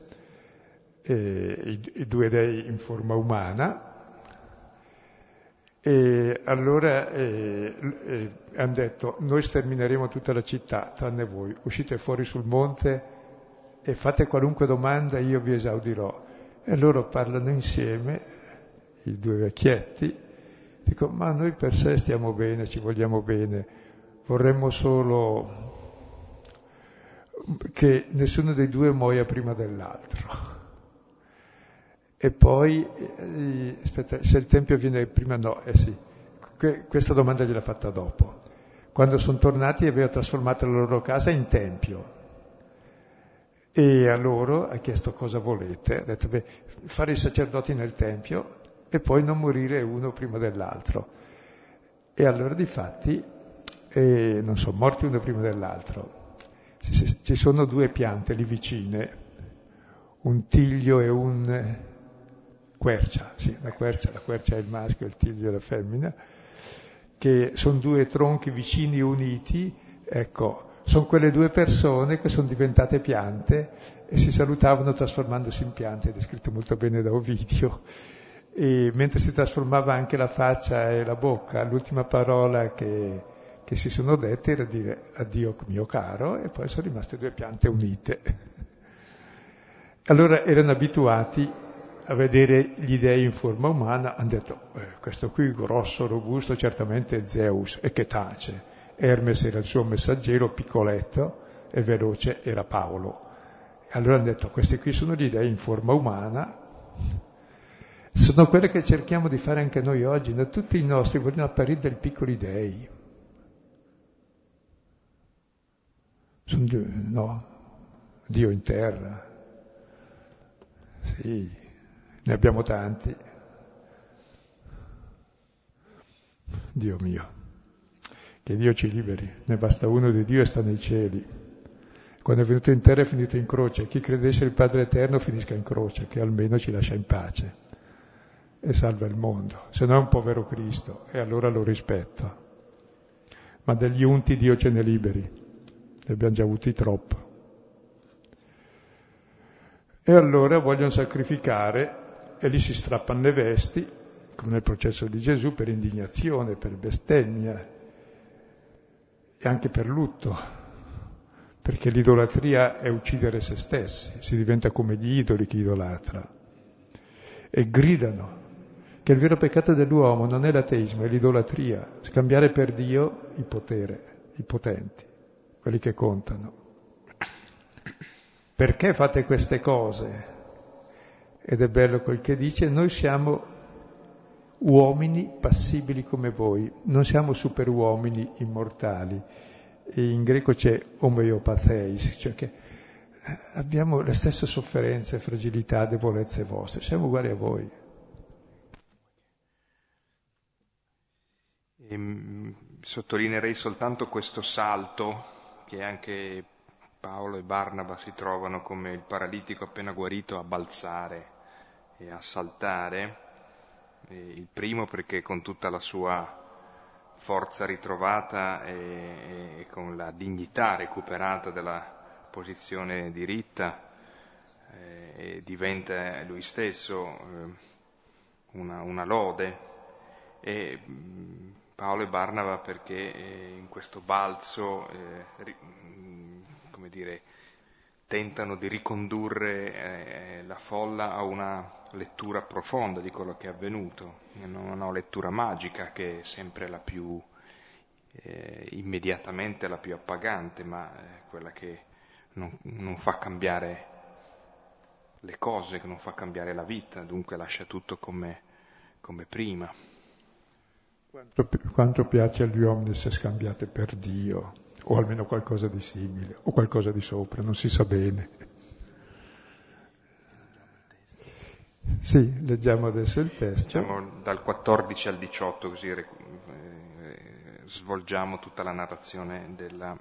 i due dei in forma umana, e allora hanno detto: noi stermineremo tutta la città tranne voi, uscite fuori sul monte e fate qualunque domanda, io vi esaudirò. E loro parlano insieme, i due vecchietti, dico: ma noi per sé stiamo bene, ci vogliamo bene, vorremmo solo che nessuno dei due muoia prima dell'altro. E poi, aspetta, se il Tempio viene prima, no, sì, questa domanda gliel'ha fatta dopo. Quando sono tornati aveva trasformato la loro casa in Tempio. E a loro ha chiesto: cosa volete? Ha detto: fare i sacerdoti nel Tempio e poi non morire uno prima dell'altro. E allora difatti non sono morti uno prima dell'altro. Ci sono due piante lì vicine, un tiglio e un quercia, sì, la quercia è il maschio e il tiglio è la femmina, che sono due tronchi vicini uniti, ecco, sono quelle due persone che sono diventate piante e si salutavano trasformandosi in piante, è descritto molto bene da Ovidio. E mentre si trasformava anche la faccia e la bocca, l'ultima parola che si sono dette era dire: addio mio caro, e poi sono rimaste due piante unite. Allora erano abituati a vedere gli dei in forma umana, hanno detto: questo qui grosso, robusto, certamente è Zeus, e che tace. Hermes era il suo messaggero, piccoletto e veloce, era Paolo. E allora hanno detto: questi qui sono gli dei in forma umana, sono quelle che cerchiamo di fare anche noi oggi, no? Tutti i nostri vogliono apparire dei piccoli dei. No, Dio in terra, Sì, ne abbiamo tanti. Dio mio, che Dio ci liberi, ne basta uno di Dio e sta nei cieli. Quando è venuto in terra è finito in croce. Chi credesse il Padre Eterno finisca in croce, che almeno ci lascia in pace e salva il mondo. Se no è un povero Cristo, e allora lo rispetto. Ma degli unti Dio ce ne liberi, ne abbiamo già avuti troppo. E allora vogliono sacrificare e lì si strappano le vesti, come nel processo di Gesù, per indignazione, per bestemmia e anche per lutto, perché l'idolatria è uccidere se stessi, si diventa come gli idoli chi idolatra. E gridano che il vero peccato dell'uomo non è l'ateismo, è l'idolatria, scambiare per Dio il potere, i potenti, quelli che contano. Perché fate queste cose? Ed è bello quel che dice, noi siamo uomini passibili come voi, non siamo superuomini immortali. E in greco c'è homeopatheis, cioè che abbiamo le stesse sofferenze, fragilità, debolezze vostre, siamo uguali a voi. Sottolineerei soltanto questo salto che anche Paolo e Barnaba si trovano come il paralitico appena guarito a balzare e a saltare. Il primo perché con tutta la sua forza ritrovata e con la dignità recuperata della posizione diritta diventa lui stesso una lode, e Paolo e Barnaba perché in questo balzo come dire, tentano di ricondurre la folla a una lettura profonda di quello che è avvenuto, non una lettura magica che è sempre la più immediatamente la più appagante, ma quella che non fa cambiare le cose, che non fa cambiare la vita, dunque lascia tutto come prima. Quanto piace agli uomini se scambiate per Dio, o almeno qualcosa di simile, o qualcosa di sopra, non si sa bene. Sì, leggiamo adesso il testo. Leggiamo dal 14 al 18, così svolgiamo tutta la narrazione della...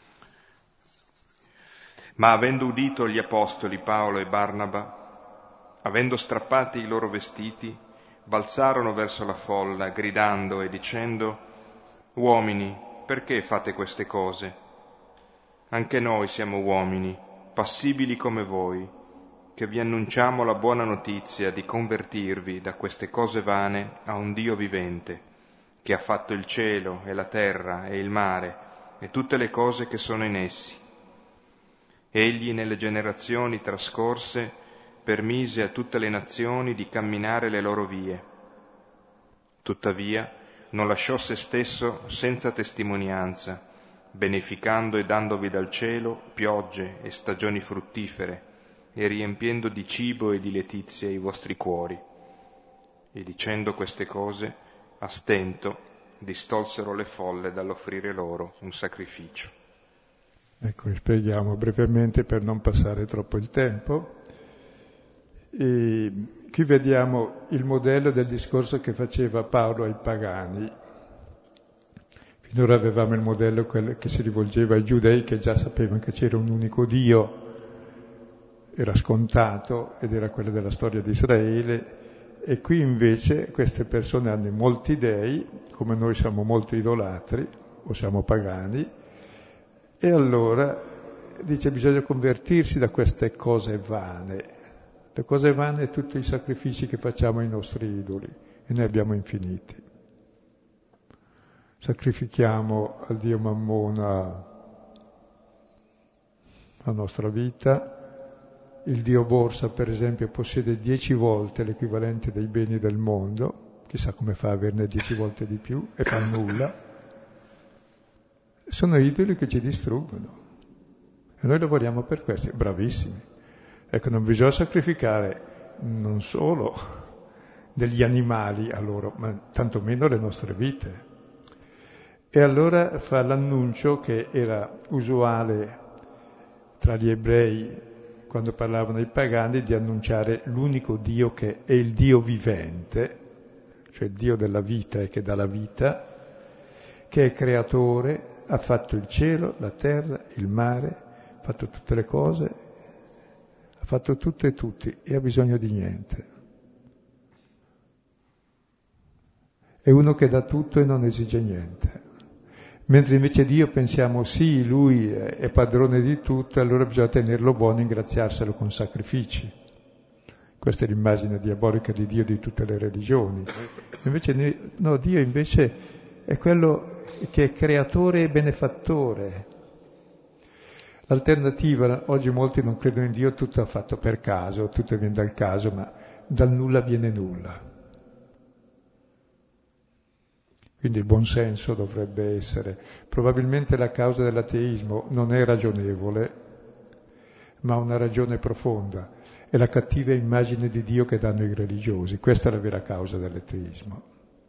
Ma avendo udito gli apostoli Paolo e Barnaba, avendo strappati i loro vestiti, balzarono verso la folla, gridando e dicendo: «Uomini, perché fate queste cose? Anche noi siamo uomini, passibili come voi, che vi annunciamo la buona notizia di convertirvi da queste cose vane a un Dio vivente, che ha fatto il cielo e la terra e il mare e tutte le cose che sono in essi. Egli nelle generazioni trascorse permise a tutte le nazioni di camminare le loro vie. Tuttavia non lasciò se stesso senza testimonianza, beneficando e dandovi dal cielo piogge e stagioni fruttifere, e riempiendo di cibo e di letizia i vostri cuori. E dicendo queste cose, a stento distolsero le folle dall'offrire loro un sacrificio». Ecco, spieghiamo brevemente per non passare troppo il tempo. E qui vediamo il modello del discorso che faceva Paolo ai pagani. Finora avevamo il modello che si rivolgeva ai giudei, che già sapevano che c'era un unico Dio, era scontato, ed era quello della storia di Israele. E qui invece queste persone hanno molti dei, come noi siamo molto idolatri, o siamo pagani, e allora dice bisogna convertirsi da queste cose vane. Le cose vane è tutti i sacrifici che facciamo ai nostri idoli, e ne abbiamo infiniti. Sacrifichiamo al Dio Mammona la nostra vita. Il Dio Borsa, per esempio, possiede 10 volte l'equivalente dei beni del mondo, chissà come fa a averne 10 volte di più, e fa nulla. Sono idoli che ci distruggono. E noi lavoriamo per questi, bravissimi. Ecco, non bisogna sacrificare non solo degli animali a loro, ma tantomeno le nostre vite. E allora fa l'annuncio che era usuale tra gli ebrei quando parlavano i pagani, di annunciare l'unico Dio che è il Dio vivente, cioè il Dio della vita e che dà la vita, che è creatore, ha fatto il cielo, la terra, il mare, ha fatto tutte le cose, ha fatto tutto e tutti e ha bisogno di niente. È uno che dà tutto e non esige niente. Mentre invece Dio pensiamo sì, Lui è padrone di tutto, allora bisogna tenerlo buono e ingraziarselo con sacrifici. Questa è l'immagine diabolica di Dio di tutte le religioni. Invece, no, Dio invece è quello che è creatore e benefattore. L'alternativa, oggi molti non credono in Dio, tutto è fatto per caso, tutto viene dal caso, ma dal nulla viene nulla. Quindi il buonsenso dovrebbe essere. Probabilmente la causa dell'ateismo non è ragionevole, ma una ragione profonda. È la cattiva immagine di Dio che danno i religiosi. Questa è la vera causa dell'ateismo.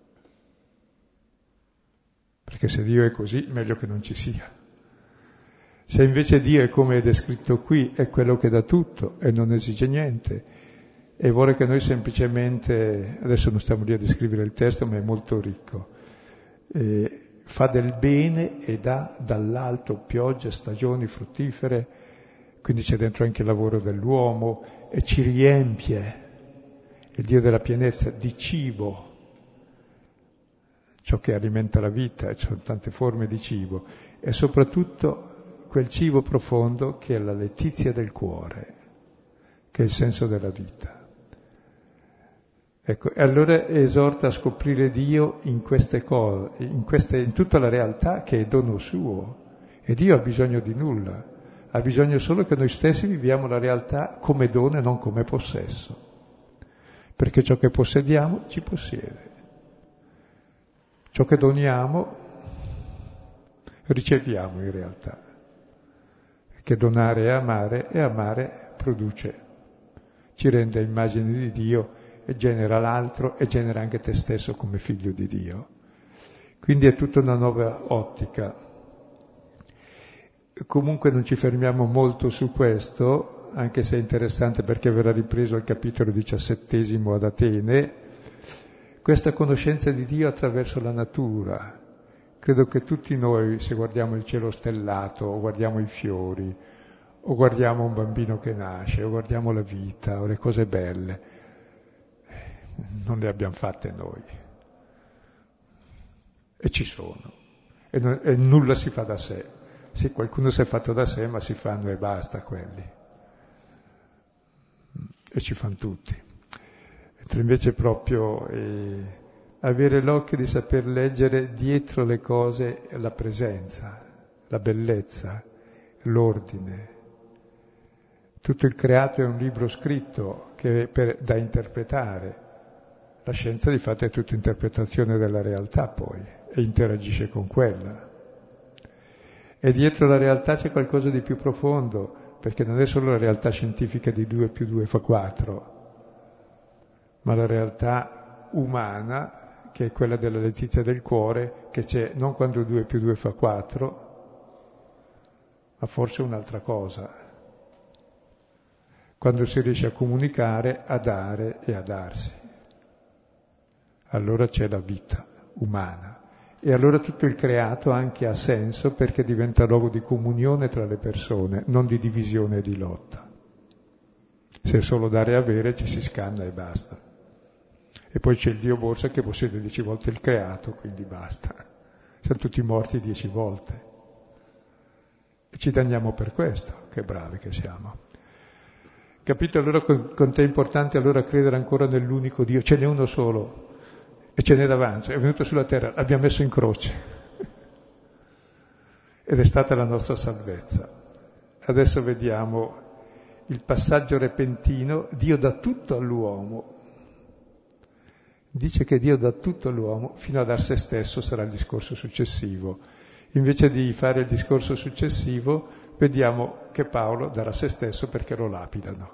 Perché se Dio è così, meglio che non ci sia. Se invece Dio è come è descritto qui, è quello che dà tutto e non esige niente, e vuole che noi semplicemente, adesso non stiamo lì a descrivere il testo, ma è molto ricco, fa del bene e dà dall'alto pioggia, stagioni fruttifere, quindi c'è dentro anche il lavoro dell'uomo e ci riempie, il Dio della pienezza, di cibo, ciò che alimenta la vita, ci sono tante forme di cibo, e soprattutto quel cibo profondo che è la letizia del cuore, che è il senso della vita. Ecco, e allora esorta a scoprire Dio in queste cose, in tutta la realtà che è dono suo. E Dio ha bisogno di nulla, ha bisogno solo che noi stessi viviamo la realtà come dono e non come possesso. Perché ciò che possediamo ci possiede. Ciò che doniamo riceviamo in realtà. Che donare e amare produce, ci rende immagine di Dio e genera l'altro e genera anche te stesso come figlio di Dio. Quindi è tutta una nuova ottica. Comunque non ci fermiamo molto su questo, anche se è interessante perché verrà ripreso al capitolo 17 ad Atene, questa conoscenza di Dio attraverso la natura. Credo che tutti noi, se guardiamo il cielo stellato, o guardiamo i fiori, o guardiamo un bambino che nasce, o guardiamo la vita, o le cose belle, non le abbiamo fatte noi. E ci sono. E nulla si fa da sé. Sì, qualcuno si è fatto da sé, ma si fanno e basta quelli. E ci fanno tutti. Mentre invece proprio avere l'occhio di saper leggere dietro le cose la presenza, la bellezza, l'ordine. Tutto il creato è un libro scritto che è da interpretare. La scienza di fatto è tutta interpretazione della realtà poi e interagisce con quella. E dietro la realtà c'è qualcosa di più profondo, perché non è solo la realtà scientifica di 2 più 2 fa 4, ma la realtà umana, che è quella della letizia del cuore, che c'è non quando 2 più 2 fa 4, ma forse un'altra cosa. Quando si riesce a comunicare, a dare e a darsi. Allora c'è la vita umana e allora tutto il creato anche ha senso perché diventa luogo di comunione tra le persone, non di divisione e di lotta. Se è solo dare e avere ci si scanna e basta. E poi c'è il Dio Borsa che possiede 10 volte il creato, quindi basta. Siamo tutti morti 10 volte. E ci danniamo per questo, che bravi che siamo. Capito? Allora con te è importante allora credere ancora nell'unico Dio, ce n'è uno solo. E ce n'è davanti, è venuto sulla terra, l'abbiamo messo in croce. Ed è stata la nostra salvezza. Adesso vediamo il passaggio repentino, Dio dà tutto all'uomo. Dice che Dio dà tutto all'uomo, fino a dar se stesso sarà il discorso successivo. Invece di fare il discorso successivo, vediamo che Paolo darà se stesso perché lo lapidano.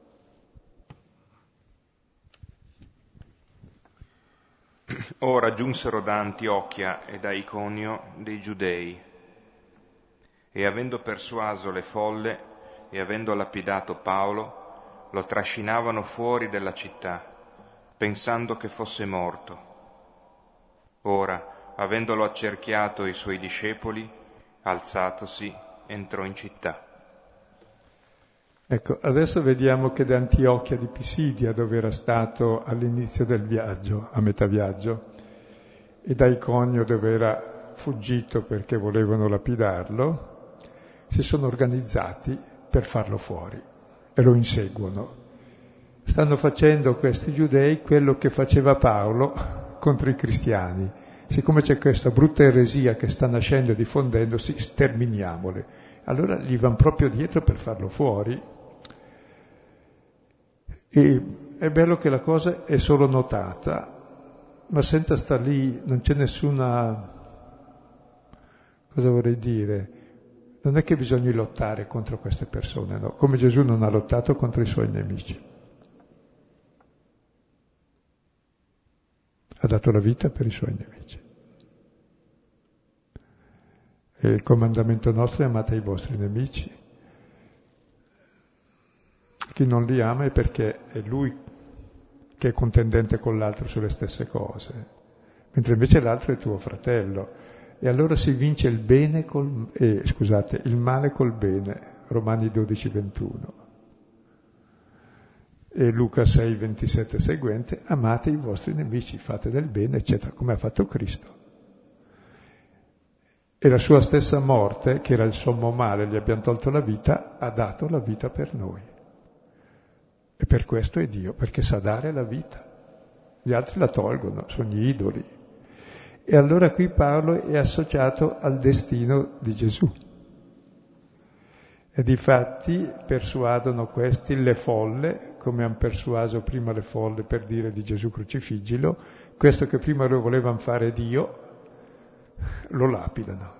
Ora giunsero da Antiochia e da Iconio dei giudei, e avendo persuaso le folle, e avendo lapidato Paolo, lo trascinavano fuori della città, pensando che fosse morto. Ora, avendolo accerchiato i suoi discepoli, alzatosi, entrò in città. Ecco, adesso vediamo che da Antiochia di Pisidia, dove era stato all'inizio del viaggio, a metà viaggio, e da Iconio, dove era fuggito perché volevano lapidarlo, si sono organizzati per farlo fuori e lo inseguono. Stanno facendo questi giudei quello che faceva Paolo contro i cristiani. Siccome c'è questa brutta eresia che sta nascendo e diffondendosi, sterminiamole. Allora gli vanno proprio dietro per farlo fuori. E è bello che la cosa è solo notata, ma senza star lì non c'è nessuna, cosa vorrei dire, non è che bisogna lottare contro queste persone, no? Come Gesù non ha lottato contro i suoi nemici. Ha dato la vita per i suoi nemici. E il comandamento nostro è: amate i vostri nemici. Chi non li ama è perché è lui che è contendente con l'altro sulle stesse cose, mentre invece l'altro è tuo fratello. E allora si vince il bene il male col bene, Romani 12, 21. E Luca 6, 27 seguente: amate i vostri nemici, fate del bene, eccetera, come ha fatto Cristo. E la sua stessa morte, che era il sommo male, gli abbiamo tolto la vita, ha dato la vita per noi. E per questo è Dio, perché sa dare la vita. Gli altri la tolgono, sono gli idoli. E allora qui Paolo è associato al destino di Gesù. E difatti persuadono questi le folle, come hanno persuaso prima le folle per dire di Gesù crocifiggilo, questo che prima lo volevano fare Dio, lo lapidano.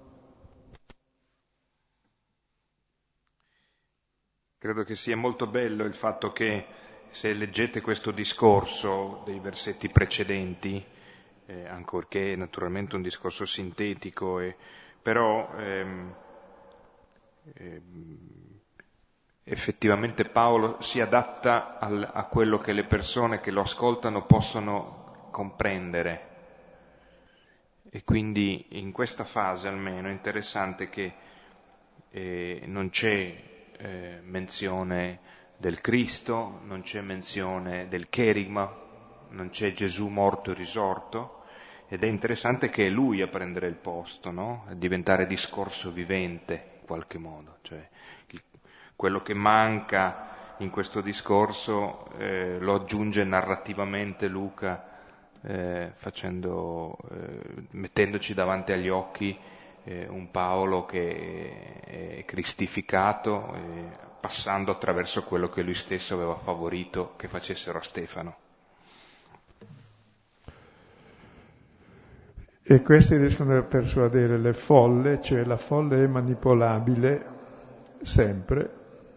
Credo che sia molto bello il fatto che, se leggete questo discorso dei versetti precedenti, ancorché naturalmente un discorso sintetico, però effettivamente Paolo si adatta a quello che le persone che lo ascoltano possono comprendere. E quindi in questa fase almeno è interessante che non c'è menzione del Cristo, non c'è menzione del cherigma, non c'è Gesù morto e risorto, ed è interessante che è lui a prendere il posto, no? A diventare discorso vivente in qualche modo, cioè quello che manca in questo discorso lo aggiunge narrativamente Luca, mettendoci davanti agli occhi un Paolo che è cristificato, passando attraverso quello che lui stesso aveva favorito che facessero a Stefano. E questi riescono a persuadere le folle, cioè la folle è manipolabile sempre.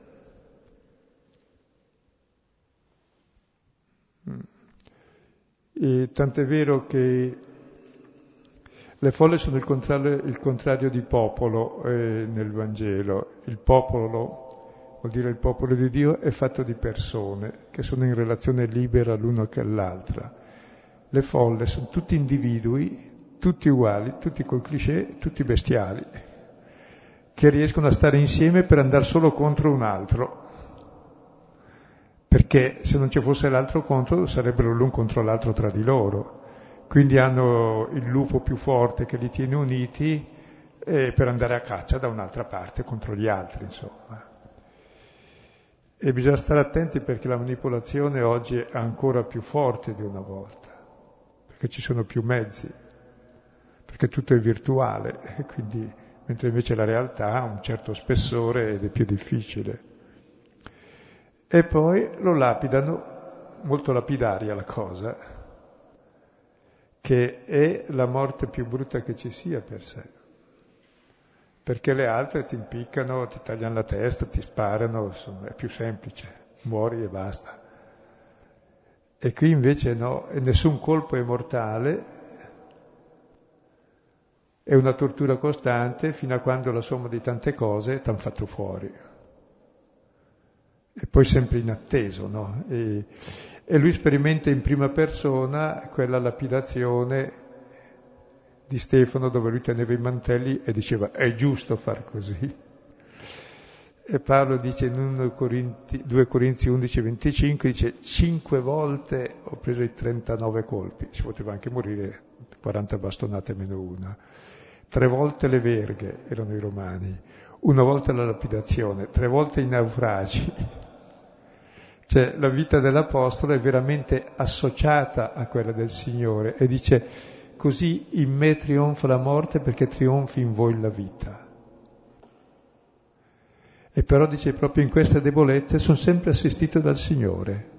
E tant'è vero che le folle sono il contrario di popolo nel Vangelo. Il popolo, vuol dire il popolo di Dio, è fatto di persone che sono in relazione libera l'uno che l'altra. Le folle sono tutti individui, tutti uguali, tutti col cliché, tutti bestiali, che riescono a stare insieme per andare solo contro un altro. Perché se non ci fosse l'altro contro, sarebbero l'un contro l'altro tra di loro. Quindi hanno il lupo più forte che li tiene uniti per andare a caccia da un'altra parte contro gli altri, insomma. E bisogna stare attenti perché la manipolazione oggi è ancora più forte di una volta, perché ci sono più mezzi, perché tutto è virtuale, e quindi, mentre invece la realtà ha un certo spessore ed è più difficile. E poi lo lapidano, molto lapidaria la cosa, che è la morte più brutta che ci sia per sé. Perché le altre ti impiccano, ti tagliano la testa, ti sparano, insomma, è più semplice, muori e basta. E qui invece no, e nessun colpo è mortale, è una tortura costante fino a quando la somma di tante cose t'han fatto fuori. e poi sempre inatteso, no? E lui sperimenta in prima persona quella lapidazione di Stefano dove lui teneva i mantelli e diceva è giusto far così. E Paolo dice in 2 Corinzi 11:25, dice 5 volte ho preso i 39 colpi, si poteva anche morire 40 bastonate meno una, 3 volte le verghe, erano i romani, 1 volta la lapidazione, 3 volte i naufragi. Cioè la vita dell'Apostolo è veramente associata a quella del Signore e dice così in me trionfa la morte perché trionfi in voi la vita. E però dice proprio in queste debolezze sono sempre assistito dal Signore,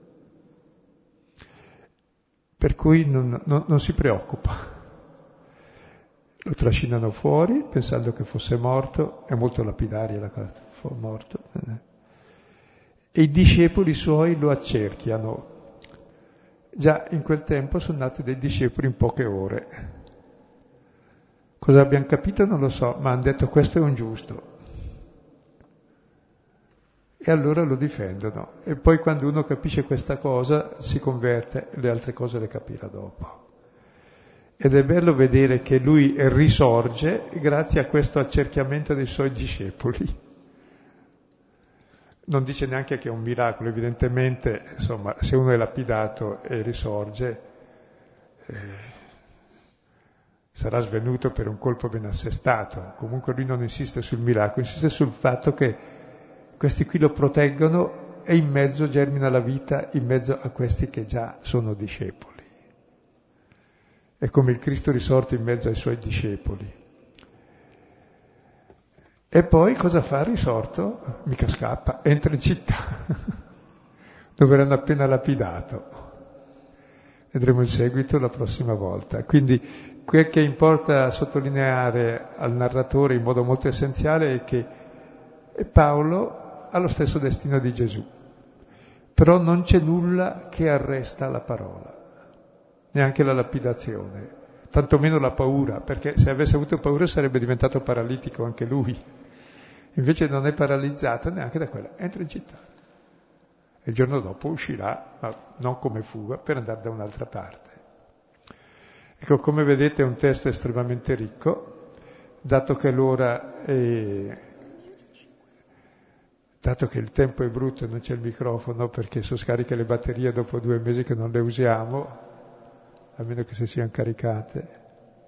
per cui non si preoccupa. Lo trascinano fuori pensando che fosse morto, è molto lapidaria la cosa, fu morto. E i discepoli suoi lo accerchiano. Già in quel tempo sono nati dei discepoli in poche ore. Cosa abbiamo capito non lo so, ma hanno detto questo è un giusto. E allora lo difendono. E poi quando uno capisce questa cosa si converte, le altre cose le capirà dopo. Ed è bello vedere che lui risorge grazie a questo accerchiamento dei suoi discepoli. Non dice neanche che è un miracolo, evidentemente, insomma, se uno è lapidato e risorge, sarà svenuto per un colpo ben assestato. Comunque lui non insiste sul miracolo, insiste sul fatto che questi qui lo proteggono e in mezzo germina la vita, in mezzo a questi che già sono discepoli. È come il Cristo risorto in mezzo ai suoi discepoli. E poi cosa fa il risorto? Mica scappa, entra in città, dove l'hanno appena lapidato. Vedremo il seguito la prossima volta. Quindi quel che importa sottolineare al narratore in modo molto essenziale è che Paolo ha lo stesso destino di Gesù, però non c'è nulla che arresta la parola, neanche la lapidazione, tantomeno la paura, perché se avesse avuto paura sarebbe diventato paralitico anche lui. Invece non è paralizzato neanche da quella, entra in città. E il giorno dopo uscirà, ma non come fuga, per andare da un'altra parte. Ecco, come vedete è un testo estremamente ricco, dato che il tempo è brutto e non c'è il microfono perché sono scariche le batterie dopo 2 mesi che non le usiamo, a meno che si siano caricate.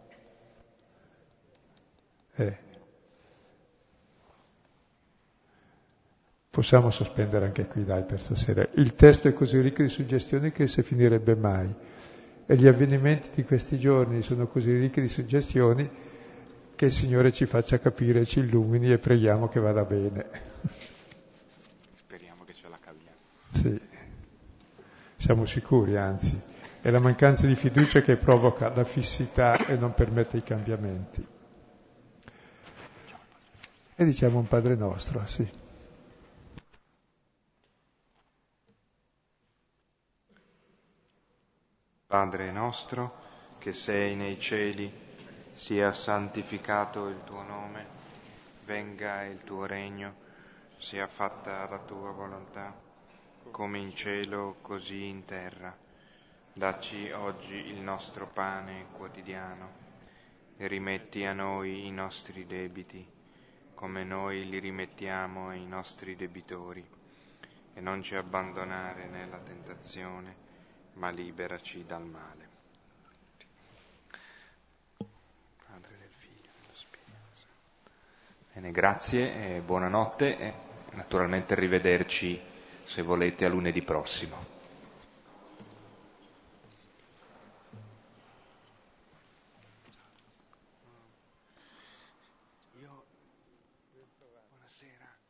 Possiamo sospendere anche qui, dai, per stasera. Il testo è così ricco di suggestioni che se finirebbe mai. E gli avvenimenti di questi giorni sono così ricchi di suggestioni che il Signore ci faccia capire, ci illumini e preghiamo che vada bene. Speriamo che ce la caviamo. Sì, siamo sicuri, anzi. È la mancanza di fiducia che provoca la fissità e non permette i cambiamenti. E diciamo un Padre nostro, sì. Padre nostro, che sei nei cieli, sia santificato il tuo nome, venga il tuo regno, sia fatta la tua volontà, come in cielo così in terra. Dacci oggi il nostro pane quotidiano e rimetti a noi i nostri debiti, come noi li rimettiamo ai nostri debitori, e non ci abbandonare nella tentazione, ma liberaci dal male. Padre, del Figlio e dello Spirito Santo. Bene, grazie e buonanotte e naturalmente arrivederci se volete a lunedì prossimo. Buonasera.